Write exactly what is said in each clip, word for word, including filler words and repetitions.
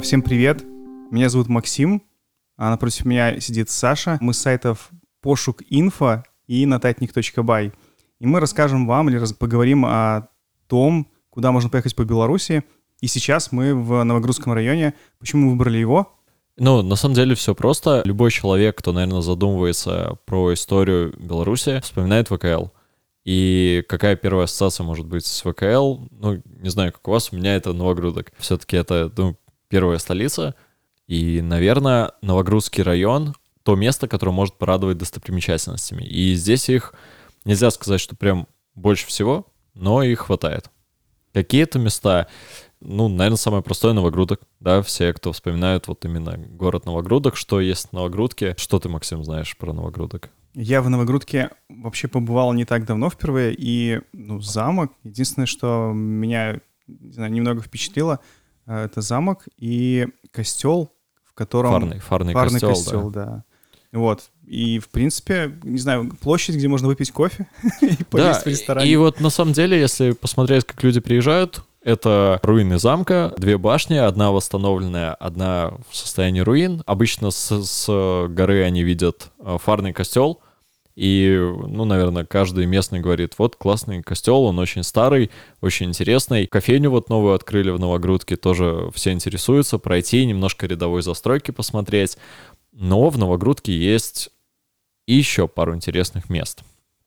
Всем привет, меня зовут Максим, а напротив меня сидит Саша. Мы с сайтов Пошук Инфо и Notatnik точка бай. И мы расскажем вам или раз- поговорим о том, куда можно поехать по Беларуси. И сейчас мы в Новогрудском районе. Почему мы выбрали его? Ну, на самом деле все просто. Любой человек, кто, наверное, задумывается про историю Беларуси, вспоминает вэ ка эл. И какая первая ассоциация может быть с вэ ка эл? Ну, не знаю, как у вас, у меня это Новогрудок. Все-таки это, ну, первая столица. И, наверное, Новогрудский район — то место, которое может порадовать достопримечательностями. И здесь их нельзя сказать, что прям больше всего, но их хватает. Какие-то места... Ну, наверное, самое простое — Новогрудок, да, все, кто вспоминают вот именно город Новогрудок, что есть в Новогрудке. Что ты, Максим, знаешь про Новогрудок? Я в Новогрудке вообще побывал не так давно впервые, и, ну, замок, единственное, что меня, не знаю, немного впечатлило, э, это замок и костел, в котором... Фарный, фарный, Фарный костел, костел, да. да. Вот. И, в принципе, не знаю, площадь, где можно выпить кофе и поесть Да, в ресторане. и вот на самом деле, если посмотреть, как люди приезжают, это руины замка, две башни, одна восстановленная, одна в состоянии руин. Обычно с, с горы они видят фарный костел, и, ну, наверное, каждый местный говорит: вот классный костел, он очень старый, очень интересный. Кофейню вот новую открыли в Новогрудке, тоже все интересуются, пройти, немножко рядовой застройки посмотреть. Но в Новогрудке есть еще пару интересных мест.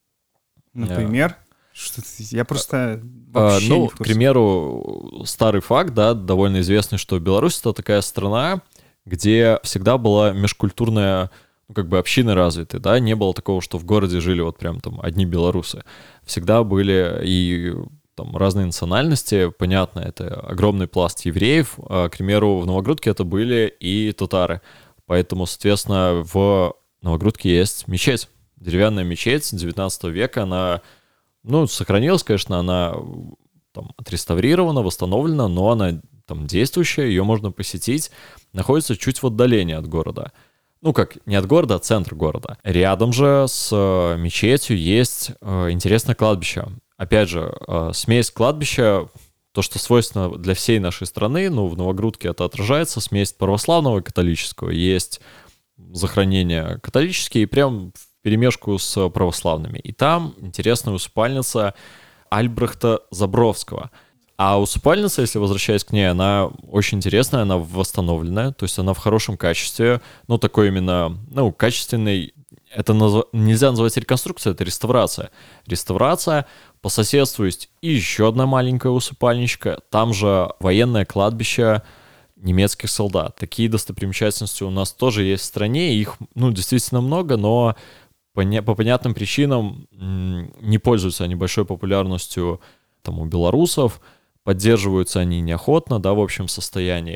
Например? Что я просто А, вообще ну, не в к курсе. примеру, старый факт, да, довольно известный, что Беларусь — это такая страна, где всегда была межкультурная, ну, как бы община развитой, да, не было такого, что в городе жили вот прям там одни белорусы. Всегда были и там разные национальности, понятно, это огромный пласт евреев, а, к примеру, в Новогрудке это были и татары, поэтому, соответственно, в Новогрудке есть мечеть, деревянная мечеть девятнадцатого века, она... Ну, сохранилась, конечно, она там отреставрирована, восстановлена, но она там действующая, ее можно посетить. Находится чуть в отдалении от города. Ну, как, не от города, а центр города. Рядом же с э, мечетью есть э, интересное кладбище. Опять же, э, смесь кладбища, то, что свойственно для всей нашей страны, ну, в Новогрудке это отражается, смесь православного и католического. Есть захоронения католические, и прям перемешку с православными. И там интересная усыпальница Альбрехта Забровского. А усыпальница, если возвращаясь к ней, она очень интересная, она восстановленная, то есть она в хорошем качестве, ну, такой именно, ну, качественный, это назв... нельзя называть реконструкцией, это реставрация. Реставрация, по соседству есть и еще одна маленькая усыпальничка, там же военное кладбище немецких солдат. Такие достопримечательности у нас тоже есть в стране, их, ну, действительно много, но по, не, по понятным причинам м, не пользуются они большой популярностью там у белорусов, поддерживаются они неохотно, да, в общем состоянии,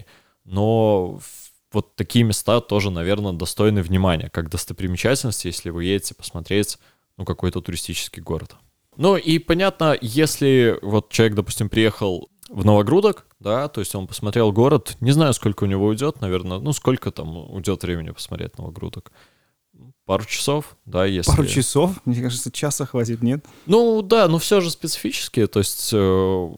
но вот такие места тоже, наверное, достойны внимания, как достопримечательности, если вы едете посмотреть, ну, какой-то туристический город. Ну, и понятно, если вот человек, допустим, приехал в Новогрудок, да, то есть он посмотрел город, не знаю, сколько у него уйдет, наверное, ну, сколько там уйдет времени посмотреть Новогрудок. Пару часов, да, если... Пару часов? Мне кажется, часа хватит, нет? Ну, да, но все же специфические, то есть э,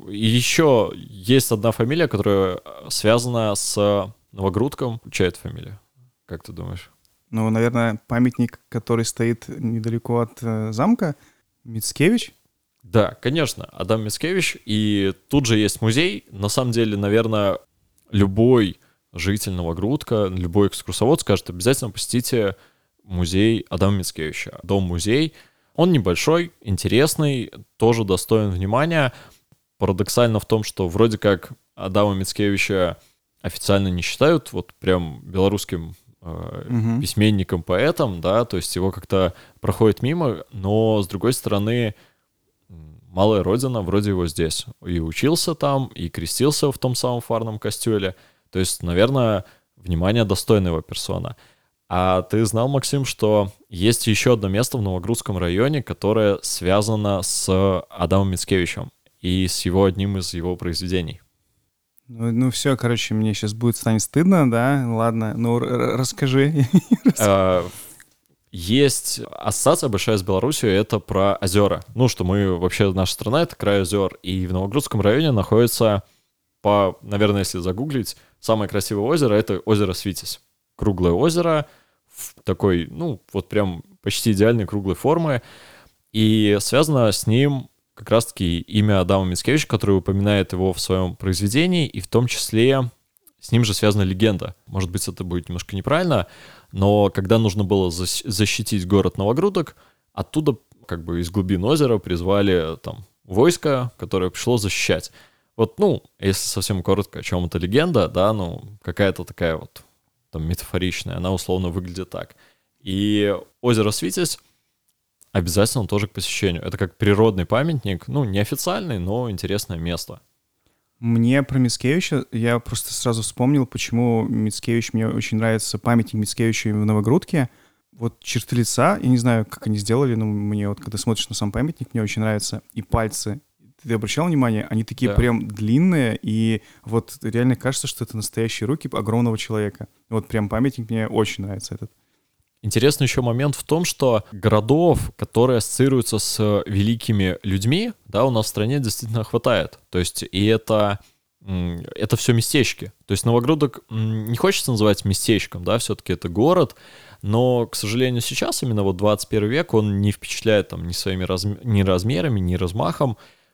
еще есть одна фамилия, которая связана с Новогрудком. Чья это фамилия? Как ты думаешь? Ну, наверное, памятник, который стоит недалеко от э, замка, Мицкевич. Да, конечно, Адам Мицкевич, и тут же есть музей. На самом деле, наверное, любой житель Новогрудка, любой экскурсовод скажет: обязательно посетите музей Адама Мицкевича. Дом-музей. Он небольшой, интересный, тоже достоин внимания. Парадоксально в том, что вроде как Адама Мицкевича официально не считают вот прям белорусским э, Мгм. письменником, поэтом, да, то есть его как-то проходит мимо, но, с другой стороны, м, малая родина, вроде его здесь. И учился там, и крестился в том самом фарном костеле. То есть, наверное, внимание достойна его персона. А ты знал, Максим, что есть еще одно место в Новогрудском районе, которое связано с Адамом Мицкевичем и с его одним из его произведений? Ну, ну все, короче, мне сейчас будет станет стыдно, да? Ладно, ну р- р- расскажи. Э, Есть ассоциация большая с Беларусью, это про озера. Ну, что мы вообще, наша страна — это край озер. И в Новогрудском районе находится, по, наверное, если загуглить, самое красивое озеро — это озеро Свитязь. Круглое озеро в такой, ну, вот прям почти идеальной круглой формы. И связано с ним как раз-таки имя Адама Мицкевича, который упоминает его в своем произведении, и в том числе с ним же связана легенда. Может быть, это будет немножко неправильно, но когда нужно было защитить город Новогрудок, оттуда как бы из глубин озера призвали там войско, которое пришло защищать. Вот, ну, если совсем коротко, о чем эта легенда, да, ну, какая-то такая вот там метафоричная, она условно выглядит так. И озеро Свитязь обязательно тоже к посещению. Это как природный памятник, ну, неофициальный, но интересное место. Мне про Мицкевича, я просто сразу вспомнил, почему Мицкевич, мне очень нравится памятник Мицкевичу в Новогрудке. Вот черты лица, я не знаю, как они сделали, но мне вот, когда смотришь на сам памятник, мне очень нравится. И пальцы. Ты обращал внимание? Они такие да. прям длинные, и вот реально кажется, что это настоящие руки огромного человека. Вот прям памятник мне очень нравится этот. Интересный еще момент в том, что городов, которые ассоциируются с великими людьми, да, у нас в стране действительно хватает. То есть, и это, это все местечки. То есть Новогрудок не хочется называть местечком, да, все-таки это город, но, к сожалению, сейчас именно вот двадцать первый век, он не впечатляет там ни своими разм... ни размерами, ни размахом,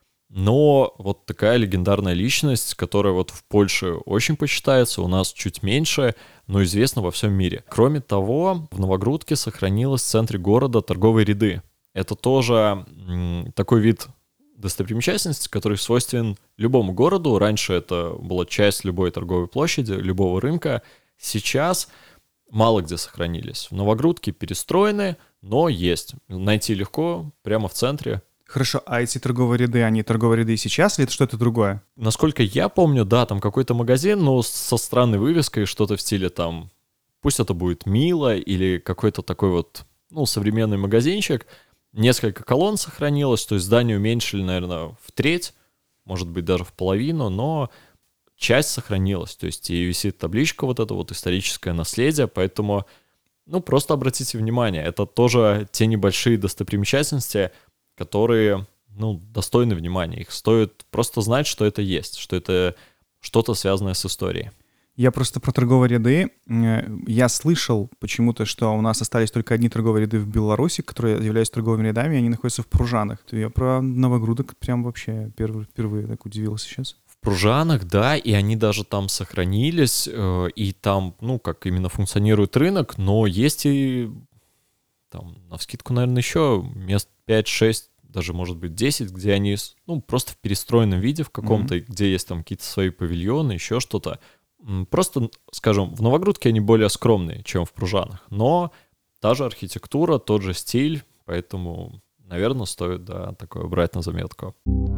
но вот такая легендарная личность, которая вот в Польше очень почитается, у нас чуть меньше, но известна во всем мире. Кроме того, в Новогрудке сохранилось в центре города торговые ряды. Это тоже м, такой вид достопримечательности, который свойственен любому городу. Раньше это была часть любой торговой площади, любого рынка. Сейчас мало где сохранились. В Новогрудке перестроены, но есть. Найти легко, прямо в центре. Хорошо, а эти торговые ряды, они торговые ряды сейчас или это что-то другое? Насколько я помню, да, там какой-то магазин, но со странной вывеской, что-то в стиле там, пусть это будет Мила или какой-то такой вот, ну, современный магазинчик. Несколько колонн сохранилось, то есть здание уменьшили, наверное, в треть, может быть, даже в половину, но часть сохранилась, то есть и висит табличка вот это вот историческое наследие, поэтому, ну, просто обратите внимание, это тоже те небольшие достопримечательности, которые, ну, достойны внимания. Их стоит просто знать, что это есть, что это что-то связанное с историей. Я просто про торговые ряды. Я слышал почему-то, что у нас остались только одни торговые ряды в Беларуси, которые являются торговыми рядами, и они находятся в Пружанах. Я про Новогрудок прям вообще впервые, впервые так удивился сейчас. В Пружанах, да, и они даже там сохранились, и там, ну, как именно функционирует рынок, но есть и там, навскидку, наверное, еще мест пять-шесть, даже, может быть, десять, где они, ну, просто в перестроенном виде в каком-то, mm-hmm. где есть там какие-то свои павильоны, еще что-то. Просто, скажем, в Новогрудке они более скромные, чем в Пружанах, но та же архитектура, тот же стиль, поэтому, наверное, стоит, да, такое брать на заметку.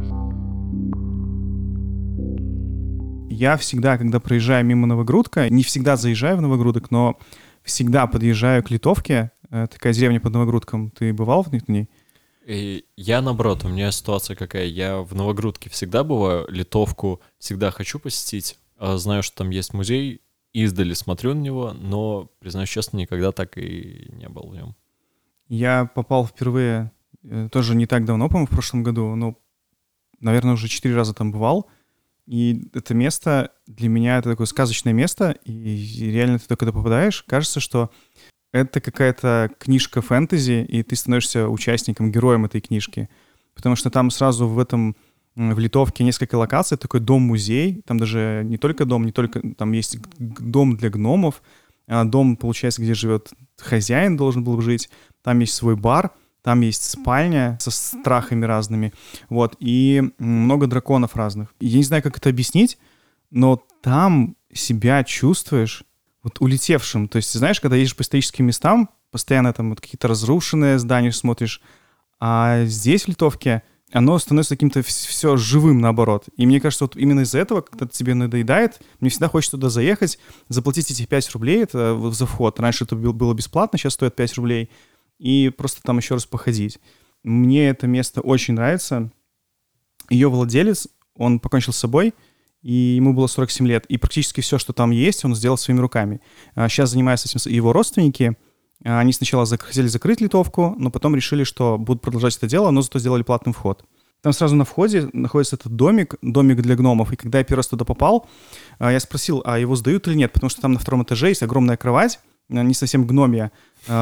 Я всегда, когда проезжаю мимо Новогрудка, не всегда заезжаю в Новогрудок, но всегда подъезжаю к Литовке, такая деревня под Новогрудком. Ты бывал в ней? И я, наоборот, у меня ситуация какая. Я в Новогрудке всегда бываю, Литовку всегда хочу посетить. Знаю, что там есть музей, издали смотрю на него, но, признаюсь честно, никогда так и не был в нем. Я попал впервые, тоже не так давно, по-моему, в прошлом году, но, наверное, уже четыре раза там бывал. И это место для меня, это такое сказочное место, и реально ты только когда попадаешь, кажется, что это какая-то книжка фэнтези, и ты становишься участником, героем этой книжки. Потому что там сразу в этом, в Литовке несколько локаций, такой дом-музей, там даже не только дом, не только, там есть дом для гномов, а дом, получается, где живет хозяин, должен был жить, там есть свой бар, там есть спальня со страхами разными, вот, и много драконов разных. Я не знаю, как это объяснить, но там себя чувствуешь вот улетевшим. То есть, знаешь, когда едешь по историческим местам, постоянно там вот какие-то разрушенные здания смотришь, а здесь, в Литовке, оно становится каким-то все живым, наоборот. И мне кажется, вот именно из-за этого, когда тебе надоедает, мне всегда хочется туда заехать, заплатить эти пять рублей, это за вход. Раньше это было бесплатно, сейчас стоит пять рублей. И просто там еще раз походить. Мне это место очень нравится. Ее владелец, он покончил с собой, и ему было сорок семь лет. И практически все, что там есть, он сделал своими руками. Сейчас занимаются этим его родственники. Они сначала зак- хотели закрыть Литовку, но потом решили, что будут продолжать это дело, но зато сделали платный вход. Там сразу на входе находится этот домик, домик для гномов. И когда я первый раз туда попал, я спросил, а его сдают или нет, потому что там на втором этаже есть огромная кровать, не совсем гномья,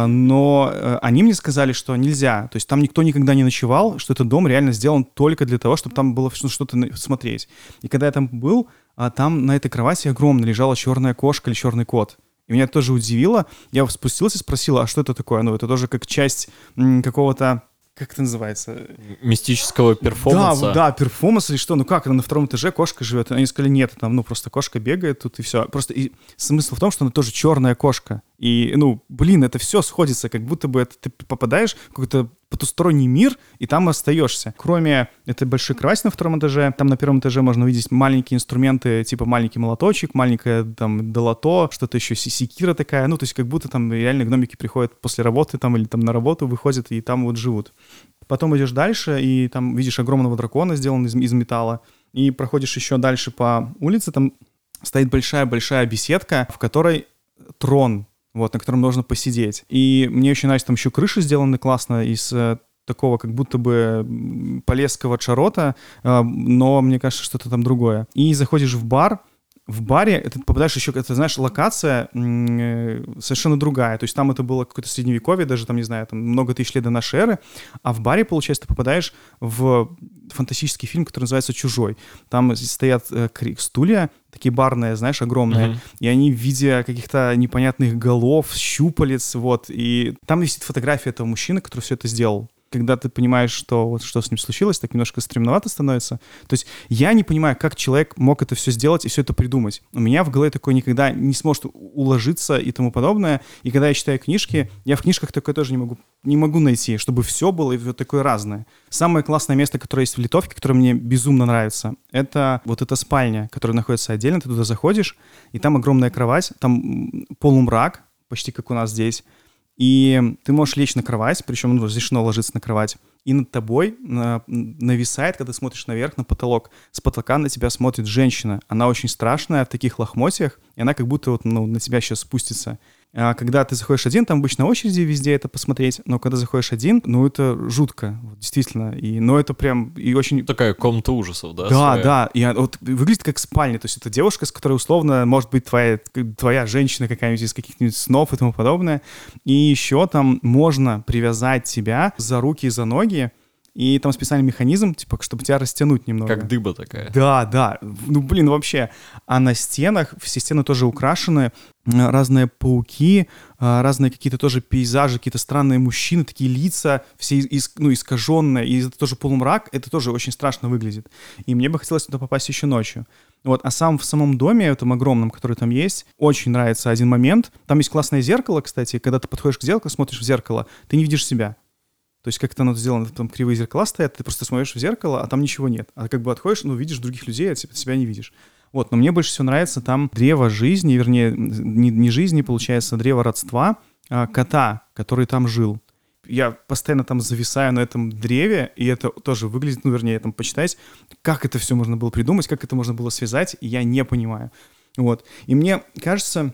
но они мне сказали, что нельзя. То есть там никто никогда не ночевал, что этот дом реально сделан только для того, чтобы там было что-то смотреть. И когда я там был, там на этой кровати огромно лежала черная кошка или черный кот. И меня это тоже удивило. Я спустился и спросил, а что это такое? Ну, это тоже как часть м, какого-то... Как это называется? Мистического перформанса. Да, да, перформанс или что? Ну как, на втором этаже кошка живет? Они сказали, нет, там, ну, просто кошка бегает тут и все. Просто и смысл в том, что она тоже черная кошка. И, ну, блин, это все сходится, как будто бы это, ты попадаешь в какой-то потусторонний мир, и там остаешься. Кроме этой большой кровати на втором этаже, там на первом этаже можно увидеть маленькие инструменты, типа маленький молоточек, маленькое там долото, что-то еще, секира такая, ну, то есть как будто там реально гномики приходят после работы там или там на работу выходят и там вот живут. Потом идешь дальше, и там видишь огромного дракона, сделанного из, из металла, и проходишь еще дальше по улице, там стоит большая-большая беседка, в которой трон, вот, на котором можно посидеть. И мне очень нравится, там еще крыши сделаны классно из э, такого как будто бы полесского чарота, э, но мне кажется, что-то там другое. И заходишь в бар, в баре ты попадаешь еще, это, знаешь, локация э, совершенно другая. То есть там это было какое-то средневековье, даже там, не знаю, там много тысяч лет до нашей эры. А в баре, получается, ты попадаешь в фантастический фильм, который называется «Чужой». Там стоят э, стулья, такие барные, знаешь, огромные, uh-huh. и они в виде каких-то непонятных голов, щупалец, вот. И там висит фотография этого мужчины, который все это сделал. Когда ты понимаешь, что, вот, что с ним случилось, так немножко стремновато становится. То есть я не понимаю, как человек мог это все сделать и все это придумать. У меня в голове такое никогда не сможет уложиться и тому подобное. И когда я читаю книжки, я в книжках такое тоже не могу, не могу найти, чтобы все было и вот такое разное. Самое классное место, которое есть в Литовке, которое мне безумно нравится, это вот эта спальня, которая находится отдельно. Ты туда заходишь, и там огромная кровать, там полумрак, почти как у нас здесь. И ты можешь лечь на кровать, причем ну, разрешено ложиться на кровать, и над тобой на, нависает, когда ты смотришь наверх, на потолок. С потолка на тебя смотрит женщина. Она очень страшная, в таких лохмотьях, и она как будто вот, ну, на тебя сейчас спустится. А когда ты заходишь один, там обычно очереди везде это посмотреть, но когда заходишь один, ну, это жутко, вот, действительно. И, ну, это прям и очень... Такая комната ужасов, да? Да, своя? Да. И вот выглядит как спальня. То есть это девушка, с которой условно может быть твоя, твоя женщина какая-нибудь из каких-нибудь снов и тому подобное. И еще там можно привязать тебя за руки и за ноги, и там специальный механизм, типа, чтобы тебя растянуть немного. Как дыба такая. Да, да. Ну, блин, вообще. А на стенах, все стены тоже украшены, разные пауки, разные какие-то тоже пейзажи, какие-то странные мужчины, такие лица, все из, ну, искаженные, и это тоже полумрак, это тоже очень страшно выглядит. И мне бы хотелось туда попасть еще ночью. Вот, а сам в самом доме, этом огромном, который там есть, очень нравится один момент. Там есть классное зеркало, кстати, когда ты подходишь к зеркалу, смотришь в зеркало, ты не видишь себя. То есть как-то оно сделано, там кривые зеркала стоят, ты просто смотришь в зеркало, а там ничего нет. А как бы отходишь, ну, видишь других людей, а себя не видишь. Вот, но мне больше всего нравится там древо жизни, вернее, не, не жизни, получается, древо родства а, кота, который там жил. Я постоянно там зависаю на этом древе, и это тоже выглядит, ну, вернее, там почитать, как это все можно было придумать, как это можно было связать, и я не понимаю. Вот. И мне кажется,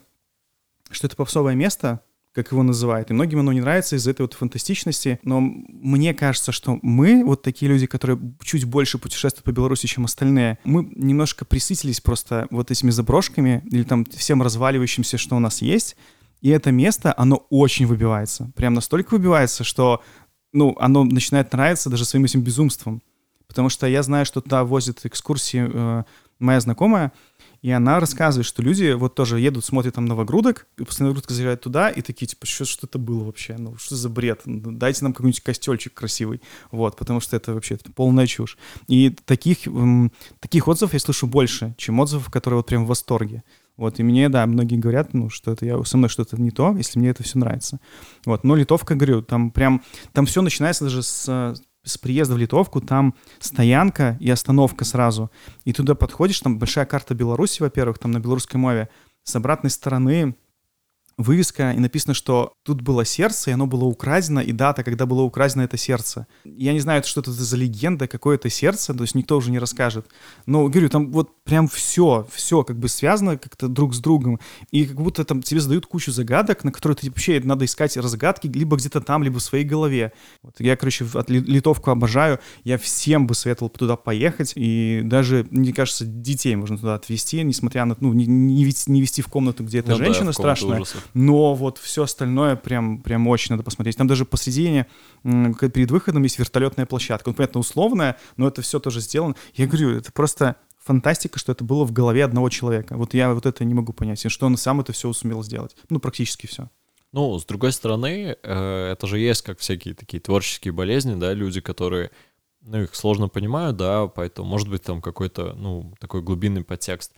что это попсовое место, как его называют. И многим оно не нравится из-за этой вот фантастичности. Но мне кажется, что мы, вот такие люди, которые чуть больше путешествуют по Беларуси, чем остальные, мы немножко присытились просто вот этими заброшками или там всем разваливающимся, что у нас есть. И это место, оно очень выбивается. Прям настолько выбивается, что, ну, оно начинает нравиться даже своим этим безумством. Потому что я знаю, что туда возит экскурсии э, моя знакомая, и она рассказывает, что люди вот тоже едут, смотрят там новогрудок, и после новогрудка заезжают туда, и такие, типа, что, что это было вообще? Ну, что за бред? Дайте нам какой-нибудь костельчик красивый. Вот, потому что это вообще это полная чушь. И таких, эм, таких отзывов я слышу больше, чем отзывов, которые вот прям в восторге. Вот, и мне, да, многие говорят, ну, что это я, со мной что-то не то, если мне это все нравится. Вот, но Литовка, говорю, там прям, там все начинается даже с... с приезда в Литовку, там стоянка и остановка сразу. И туда подходишь, там большая карта Беларуси, во-первых, там на белорусской мове. С обратной стороны вывеска, и написано, что тут было сердце, и оно было украдено, и дата, когда было украдено это сердце. Я не знаю, что это за легенда, какое это сердце, то есть никто уже не расскажет. Но, говорю, там вот прям все, все как бы связано как-то друг с другом, и как будто там тебе задают кучу загадок, на которые ты вообще надо искать разгадки либо где-то там, либо в своей голове. Вот я, короче, от Литовку обожаю, я всем бы советовал туда поехать, и даже, мне кажется, детей можно туда отвезти, несмотря на, ну, не, не, вести, не вести в комнату, где эта ну, женщина да, страшная. Ужаса. Но вот все остальное прям, прям очень надо посмотреть. Там даже посредине, перед выходом, есть вертолетная площадка. Ну, понятно, условная, но это все тоже сделано. Я говорю, это просто фантастика, что это было в голове одного человека. Вот я вот это не могу понять. И что он сам это все сумел сделать. Ну, практически все. Ну, с другой стороны, это же есть как всякие такие творческие болезни, да, люди, которые, ну, их сложно понимают, да, поэтому, может быть, там какой-то, ну, такой глубинный подтекст.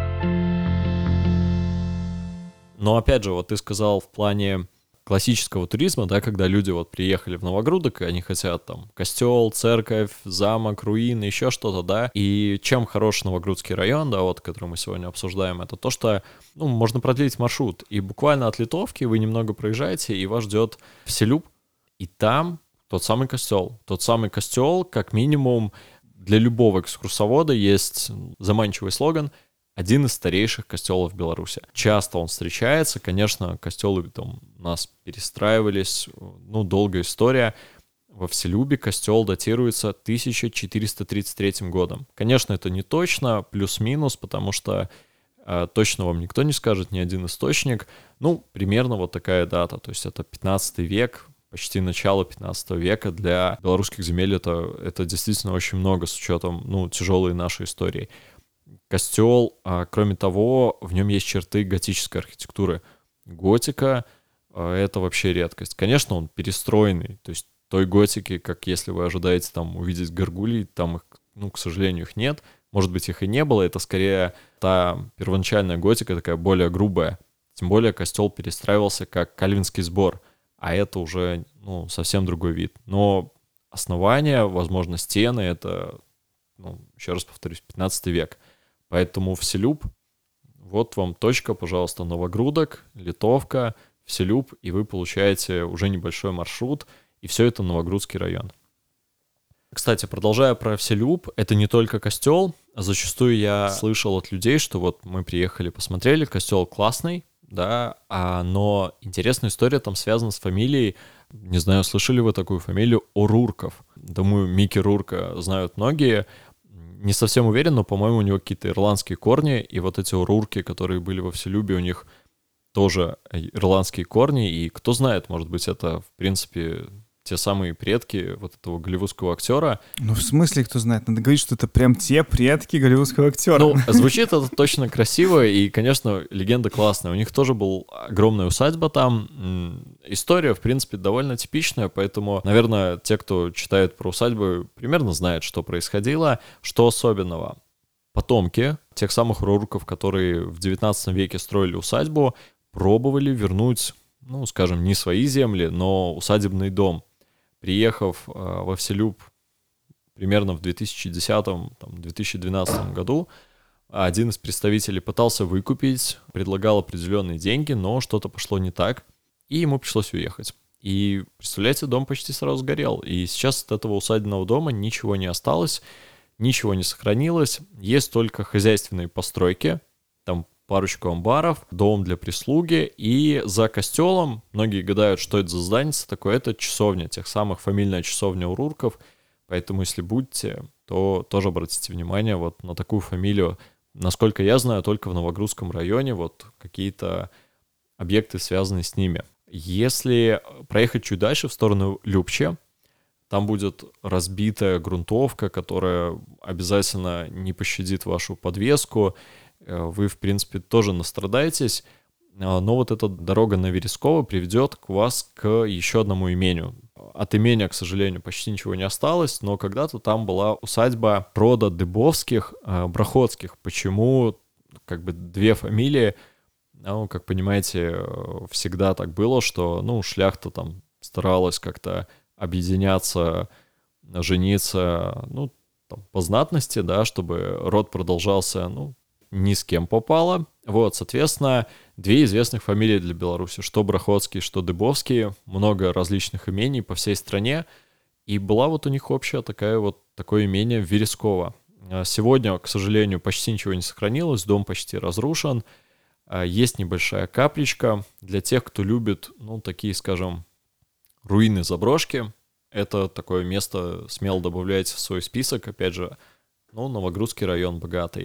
Но опять же, вот ты сказал в плане классического туризма, да, когда люди вот приехали в Новогрудок, и они хотят там костел, церковь, замок, руины, еще что-то, да. И чем хорош Новогрудский район, да, вот, который мы сегодня обсуждаем, это то, что, ну, можно продлить маршрут. И буквально от Литовки вы немного проезжаете, и вас ждет Вселюб, и там тот самый костел. Тот самый костел, как минимум, для любого экскурсовода есть заманчивый слоган — один из старейших костелов Беларуси. Часто он встречается, конечно, костелы там у нас перестраивались, ну, долгая история. Во Вселюбе костел датируется тысяча четыреста тридцать третьим годом. Конечно, это не точно, плюс-минус, потому что э, точно вам никто не скажет, ни один источник. Ну, примерно вот такая дата, то есть это пятнадцатый век, почти начало пятнадцатого века. Для белорусских земель это, это действительно очень много с учетом, ну, тяжелой нашей истории. Костел, а, кроме того, в нем есть черты готической архитектуры. Готика а, — это вообще редкость. Конечно, он перестроенный, то есть той готики, как если вы ожидаете там увидеть горгулей, там их, ну, к сожалению, их нет. Может быть, их и не было, это скорее та первоначальная готика, такая более грубая. Тем более костел перестраивался как кальвинский сбор, а это уже, ну, совсем другой вид. Но основание, возможно, стены — это, ну, еще раз повторюсь, пятнадцатый век. Поэтому Вселюб, вот вам точка, пожалуйста, Новогрудок, Литовка, Вселюб, и вы получаете уже небольшой маршрут, и все это Новогрудский район. Кстати, продолжая про Вселюб, это не только костел. Зачастую я слышал от людей, что вот мы приехали, посмотрели, костел классный, да, а, но интересная история там связана с фамилией, не знаю, слышали вы такую фамилию, Орурков. Думаю, Микки Рурка знают многие. Не совсем уверен, но, по-моему, у него какие-то ирландские корни, и вот эти урурки, которые были во Вселюбе, у них тоже ирландские корни, и кто знает, может быть, это, в принципе, те самые предки вот этого голливудского актера. Ну, в смысле, кто знает? Надо говорить, что это прям те предки голливудского актера. Ну, звучит это точно красиво, и, конечно, легенда классная. У них тоже была огромная усадьба там. История, в принципе, довольно типичная, поэтому, наверное, те, кто читает про усадьбы, примерно знают, что происходило. Что особенного? Потомки тех самых урурков, которые в девятнадцатом веке строили усадьбу, пробовали вернуть, ну, скажем, не свои земли, но усадебный дом. Приехав э, во Вселюб примерно в две тысячи десятом — две тысячи двенадцатом году, один из представителей пытался выкупить, предлагал определенные деньги, но что-то пошло не так, и ему пришлось уехать. И, представляете, дом почти сразу сгорел. И сейчас от этого усадебного дома ничего не осталось, ничего не сохранилось. Есть только хозяйственные постройки, там парочку амбаров, дом для прислуги, и за костелом, многие гадают, что это за здание такое, это часовня, тех самых, фамильная часовня Урурков, поэтому если будете, то тоже обратите внимание вот на такую фамилию. Насколько я знаю, только в Новогрудском районе вот какие-то объекты, связанные с ними. Если проехать чуть дальше, в сторону Любче, там будет разбитая грунтовка, которая обязательно не пощадит вашу подвеску. Вы, в принципе, тоже настрадаетесь, но вот эта дорога на Вересково приведет к вас к еще одному имению. От имения, к сожалению, почти ничего не осталось, но когда-то там была усадьба рода Дыбовских, Брахотских. Почему, как бы, две фамилии? Ну, как понимаете, всегда так было, что, ну, шляхта там старалась как-то объединяться, жениться, ну, там, по знатности, да, чтобы род продолжался, ну, ни с кем попало. Вот, соответственно, две известных фамилии для Беларуси, что Брахотский, что Дыбовский, много различных имений по всей стране, и была вот у них общая такая вот, такое имение Вересково. Сегодня, к сожалению, почти ничего не сохранилось, дом почти разрушен, есть небольшая капличка для тех, кто любит, ну, такие, скажем, руины-заброшки. Это такое место смело добавляйте в свой список, опять же, ну, Новогрудский район богатый.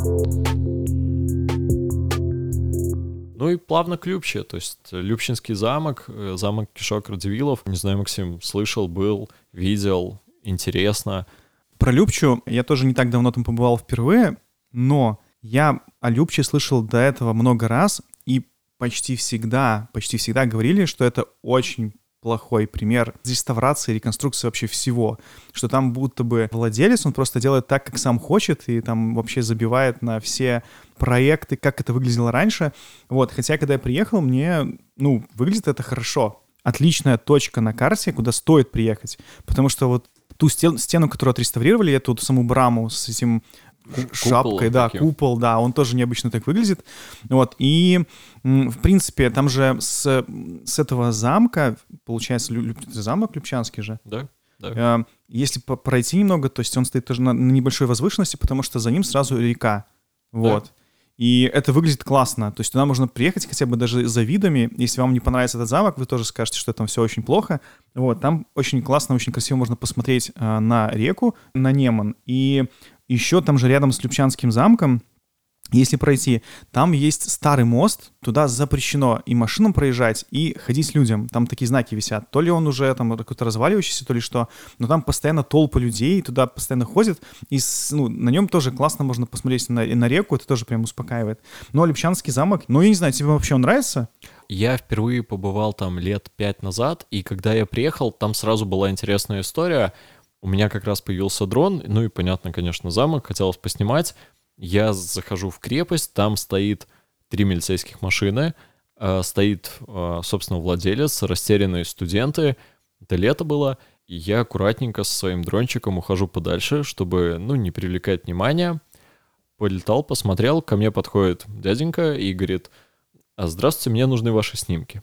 Ну и плавно к Любче, то есть Любчинский замок, замок Кишок Радзивиллов. Не знаю, Максим, слышал, был, видел, интересно. Про Любчу я тоже не так давно там побывал впервые, но я о Любче слышал до этого много раз, и почти всегда, почти всегда говорили, что это очень плохой пример реставрации, реконструкции вообще всего, что там будто бы владелец, он просто делает так, как сам хочет, и там вообще забивает на все проекты, как это выглядело раньше. Вот, хотя, когда я приехал, мне, ну, выглядит это хорошо. Отличная точка на карте, куда стоит приехать, потому что вот ту стену, стену которую отреставрировали, эту саму браму с этим шапкой, да, таким. Купол, да, он тоже необычно так выглядит. Вот, и, в принципе, там же с, с этого замка, получается, Лю, замок Любчанский же. Да, да. Если пройти немного, то есть он стоит тоже на, на небольшой возвышенности, потому что за ним сразу река. Вот. Да. И это выглядит классно. То есть туда можно приехать хотя бы даже за видами. Если вам не понравится этот замок, вы тоже скажете, что там все очень плохо. Вот, там очень классно, очень красиво можно посмотреть а, на реку, на Неман. И еще там же рядом с Любчанским замком, если пройти, там есть старый мост, туда запрещено и машинам проезжать, и ходить людям. Там такие знаки висят. То ли он уже там какой-то разваливающийся, то ли что. Но там постоянно толпы людей, туда постоянно ходят. И с, ну, на нем тоже классно можно посмотреть на, на реку, это тоже прям успокаивает. Но Любчанский замок, ну я не знаю, тебе вообще он нравится? Я впервые побывал там лет пять назад, и когда я приехал, там сразу была интересная история. У меня как раз появился дрон, ну и, понятно, конечно, замок, хотелось поснимать. Я захожу в крепость, там стоит три милицейских машины, э, стоит, э, собственно, владелец, растерянные студенты. Это лето было, и я аккуратненько со своим дрончиком ухожу подальше, чтобы, ну, не привлекать внимания. Полетал, посмотрел, ко мне подходит дяденька и говорит: «Здравствуйте, мне нужны ваши снимки».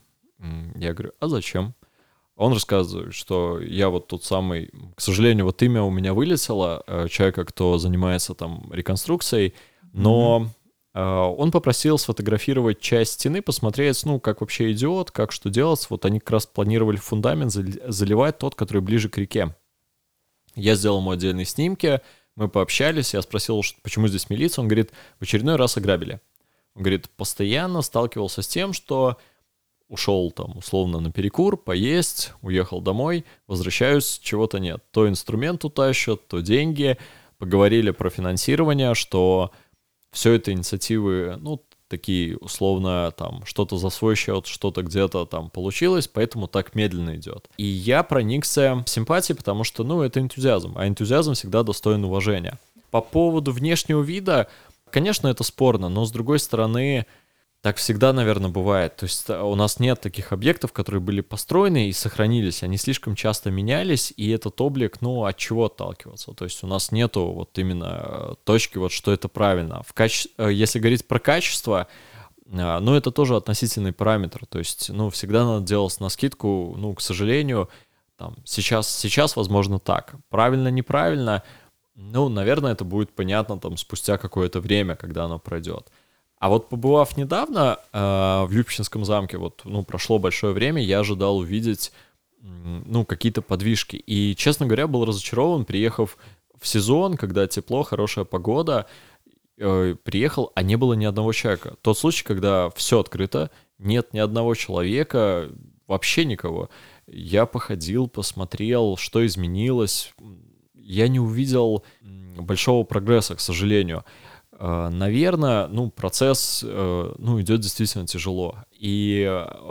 Я говорю: «А зачем?» Он рассказывает, что я вот тот самый, к сожалению, вот имя у меня вылетело, человека, кто занимается там реконструкцией, но mm-hmm. э, он попросил сфотографировать часть стены, посмотреть, ну, как вообще идет, как что делать. Вот они как раз планировали фундамент заливать тот, который ближе к реке. Я сделал ему отдельные снимки, мы пообщались, я спросил, почему здесь милиция, он говорит: в очередной раз ограбили. Он говорит, постоянно сталкивался с тем, что ушел там условно на перекур, поесть, уехал домой, возвращаюсь, чего-то нет. То инструмент утащат, то деньги. Поговорили про финансирование, что все это инициативы, ну, такие условно там что-то за свой счет, что-то где-то там получилось, поэтому так медленно идет. И я проникся симпатией, потому что, ну, это энтузиазм, а энтузиазм всегда достоин уважения. По поводу внешнего вида, конечно, это спорно, но с другой стороны, так всегда, наверное, бывает. То есть у нас нет таких объектов, которые были построены и сохранились. Они слишком часто менялись, и этот облик, ну, от чего отталкиваться? То есть у нас нету вот именно точки, вот что это правильно. В каче... Если говорить про качество, ну, это тоже относительный параметр. То есть, ну, всегда надо делать навскидку, ну, к сожалению, там, сейчас, сейчас, возможно, так. Правильно, неправильно, ну, наверное, это будет понятно там спустя какое-то время, когда оно пройдет. А вот побывав недавно э, в Любчинском замке, вот, ну, прошло большое время, я ожидал увидеть, ну, какие-то подвижки. И, честно говоря, был разочарован, приехав в сезон, когда тепло, хорошая погода, э, приехал, а не было ни одного человека. Тот случай, когда все открыто, нет ни одного человека, вообще никого. Я походил, посмотрел, что изменилось. Я не увидел большого прогресса, к сожалению. Наверное, ну, процесс, ну, идет действительно тяжело. И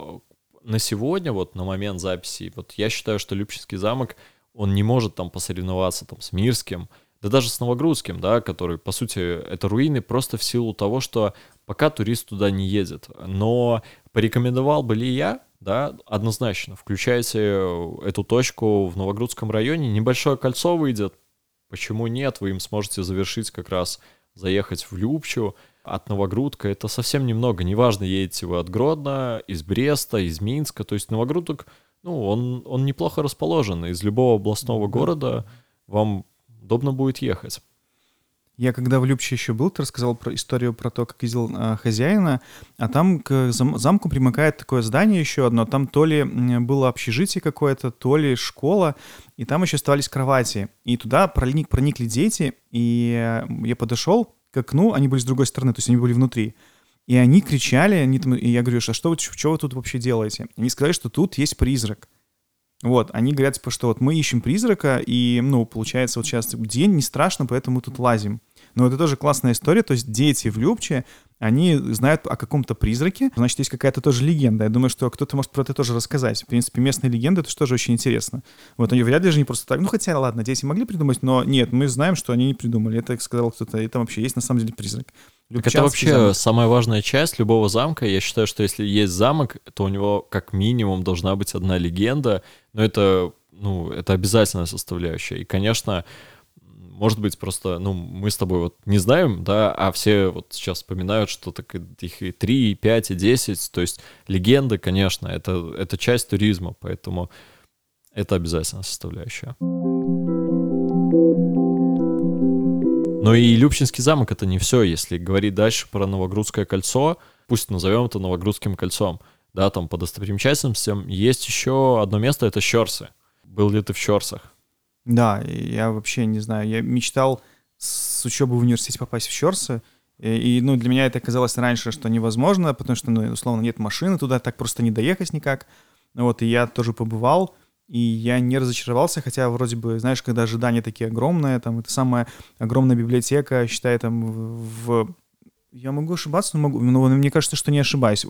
на сегодня, вот на момент записи, вот я считаю, что Любчинский замок, он не может там посоревноваться там с Мирским, да даже с Новогрудским, да, который, по сути, это руины просто в силу того, что пока турист туда не едет. Но порекомендовал бы ли я? Да, однозначно. Включайте эту точку в Новогрудском районе, небольшое кольцо выйдет. Почему нет? Вы им сможете завершить как раз, заехать в Любчу. от Новогрудка это совсем немного. Неважно, едете вы от Гродно, из Бреста, из Минска. То есть Новогрудок, ну, он, он неплохо расположен. Из любого областного города вам удобно будет ехать. Я когда в Любче еще был, ты рассказал про историю про то, как ездил э, хозяина, а там к зам- замку примыкает такое здание еще одно, там то ли было общежитие какое-то, то ли школа, и там еще оставались кровати. И туда проник, проникли дети, и я подошел к окну, они были с другой стороны, то есть они были внутри. И они кричали, они там, и я говорю, а что вы, что вы тут вообще делаете? Они сказали, что тут есть призрак. Вот, они говорят, типа, что вот мы ищем призрака, и, ну, получается, вот сейчас день, не страшно, поэтому мы тут лазим. Но это тоже классная история, то есть дети в Любче, они знают о каком-то призраке, значит, есть какая-то тоже легенда. Я думаю, что кто-то может про это тоже рассказать. В принципе, местные легенды — это же тоже очень интересно. Вот, они вряд ли же не просто так, ну, хотя, ладно, дети могли придумать, но нет, мы знаем, что они не придумали. Это сказал кто-то, и там вообще есть на самом деле призрак. Так это вообще замок. Самая важная часть любого замка. Я считаю, что если есть замок, то у него как минимум должна быть одна легенда, но это, ну, это обязательная составляющая. И, конечно, может быть, просто, ну, мы с тобой вот не знаем, да, а все вот сейчас вспоминают, что так их и три, и пять, и десять, то есть легенды, конечно, это, это часть туризма, поэтому это обязательная составляющая. Но и Любчинский замок — это не все. Если говорить дальше про Новогрудское кольцо, пусть назовем это Новогрудским кольцом, да, там по достопримечательностям есть еще одно место — это Щорсы. Был ли ты в Щорсах? Да, я вообще не знаю. Я мечтал с учебы в университете попасть в Щорсы, и, и ну, для меня это казалось раньше, что невозможно, потому что, ну, условно, нет машины туда, так просто не доехать никак. Вот, и я тоже побывал, и я не разочаровался, хотя вроде бы, знаешь, когда ожидания такие огромные, там, это самая огромная библиотека, считай, там, в... Я могу ошибаться, но, могу, но мне кажется, что не ошибаюсь.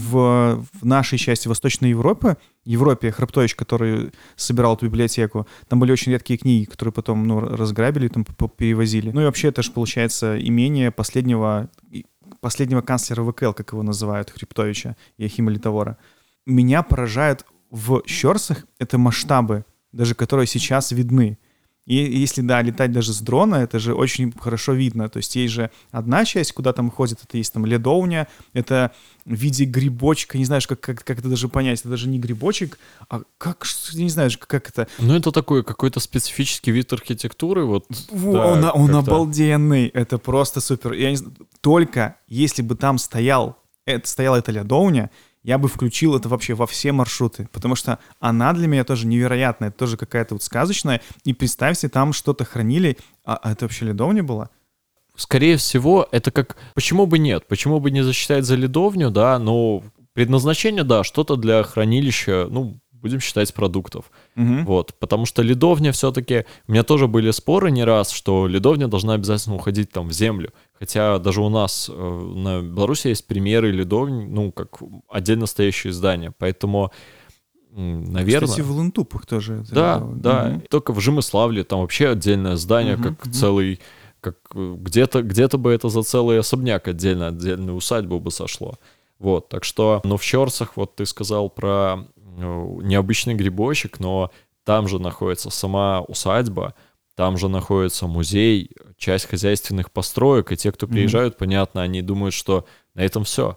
В, в нашей части Восточной Европы, Европе, Храптович, который собирал эту библиотеку, там были очень редкие книги, которые потом, ну, разграбили, там, перевозили. Ну и вообще это же, получается, имение последнего, последнего канцлера ВКЛ, как его называют, Храптовича, Яхима Литовора. Меня поражают в Щорсах это масштабы, даже которые сейчас видны. И если, да, летать даже с дрона, это же очень хорошо видно. То есть есть же одна часть, куда там ходит, это есть там ледовня, это в виде грибочка, не знаешь, как, как, как это даже понять, это даже не грибочек, а как, я не знаю, как это... Ну, это такой какой-то специфический вид архитектуры, вот. Он, да, он обалденный, это просто супер. Я не знаю, только если бы там стоял, это, стояла эта ледовня, я бы включил это вообще во все маршруты, потому что она для меня тоже невероятная, это тоже какая-то вот сказочная, и представьте, там что-то хранили, а, а это вообще ледовня была? Скорее всего, это как... Почему бы нет? Почему бы не засчитать за ледовню, да, но предназначение, да, что-то для хранилища, ну, будем считать, продуктов. Угу. Вот, потому что ледовня все-таки... У меня тоже были споры не раз, что ледовня должна обязательно уходить там в землю. Хотя даже у нас э, на Беларуси есть примеры ледовни, ну, как отдельно стоящие здания. Поэтому, наверное... Кстати, в Лунтупах тоже. Да, ледовня. да. Угу. Только в Жимыславле там вообще отдельное здание, Угу, как угу. целый... Как где-то, где-то бы это за целый особняк отдельно, отдельную усадьбу бы сошло. Вот, так что... Но в Щорсах, вот ты сказал про ну, необычный грибочек, но там же находится сама усадьба, там же находится музей, часть хозяйственных построек, и те, кто приезжают, mm-hmm. понятно, они думают, что на этом все.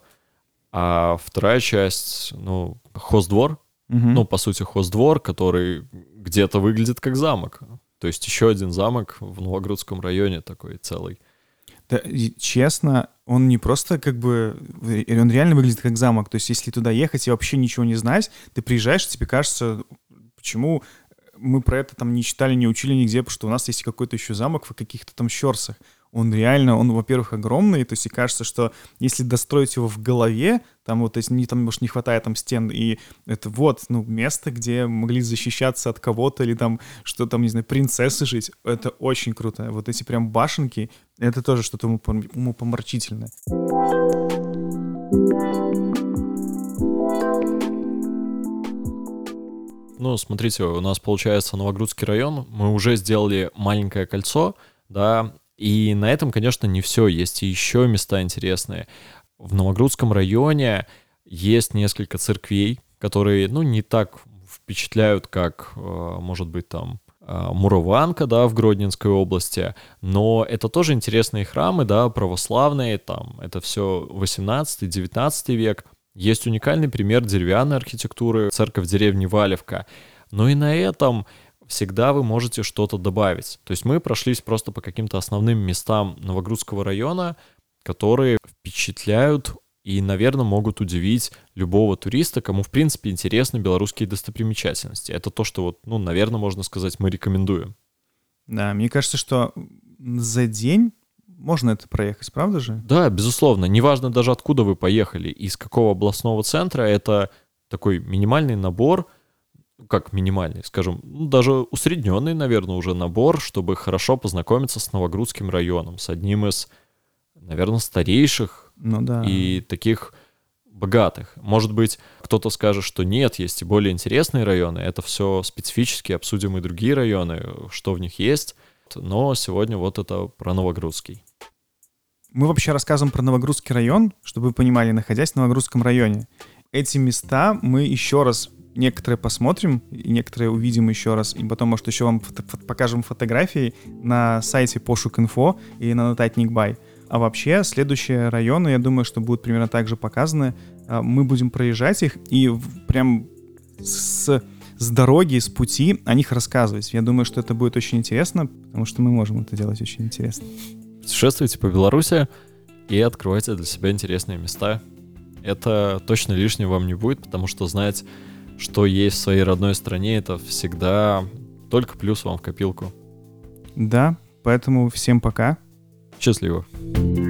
А вторая часть, ну, хоздвор, mm-hmm. ну, по сути, хоздвор, который где-то выглядит как замок. То есть еще один замок в Новогрудском районе такой целый. Да, честно, он не просто как бы... Он реально выглядит как замок. То есть если туда ехать и вообще ничего не знать, ты приезжаешь, тебе кажется, почему... Мы про это там не читали, не учили нигде, потому что у нас есть какой-то еще замок в каких-то там Щорсах. Он реально, он, во-первых, огромный, то есть и кажется, что если достроить его в голове, там вот, то есть не, там, может, не хватает там стен, и это вот, ну, место, где могли защищаться от кого-то, или там, что там, не знаю, принцессы жить, это очень круто. Вот эти прям башенки, это тоже что-то умопомрачительное. Ну, смотрите, у нас получается Новогрудский район, мы уже сделали маленькое кольцо, да, и на этом, конечно, не все, есть и еще места интересные. В Новогрудском районе есть несколько церквей, которые, ну, не так впечатляют, как, может быть, там, Мураванка, да, в Гродненской области, но это тоже интересные храмы, да, православные, там, это все восемнадцатый-девятнадцатый век. Есть уникальный пример деревянной архитектуры, церковь деревни Валевка, но и на этом всегда вы можете что-то добавить. То есть мы прошлись просто по каким-то основным местам Новогрудского района, которые впечатляют и, наверное, могут удивить любого туриста, кому, в принципе, интересны белорусские достопримечательности. Это то, что, вот, ну, наверное, можно сказать, мы рекомендуем. Да, мне кажется, что за день можно это проехать, правда же? Да, безусловно. Неважно даже, откуда вы поехали, из какого областного центра, это такой минимальный набор, как минимальный, скажем, ну, даже усредненный, наверное, уже набор, чтобы хорошо познакомиться с Новогрудским районом, с одним из, наверное, старейших, ну, да. и таких богатых. Может быть, кто-то скажет, что нет, есть и более интересные районы, это все специфически обсудим и другие районы, что в них есть, но сегодня вот это про Новогрудский. Мы вообще рассказываем про Новогрудский район, чтобы вы понимали, находясь в Новогрудском районе. Эти места мы еще раз некоторые посмотрим, и некоторые увидим еще раз, и потом, может, еще вам фото- фото- покажем фотографии на сайте Пошук.инфо и на Нотатник Бай. А вообще, следующие районы, я думаю, что будут примерно так же показаны. Мы будем проезжать их и прям с, с дороги, с пути о них рассказывать. Я думаю, что это будет очень интересно, потому что мы можем это делать очень интересно. Путешествуйте по Беларуси и открывайте для себя интересные места. Это точно лишнего вам не будет, потому что знать, что есть в своей родной стране, это всегда только плюс вам в копилку. Да, поэтому всем пока. Счастливо.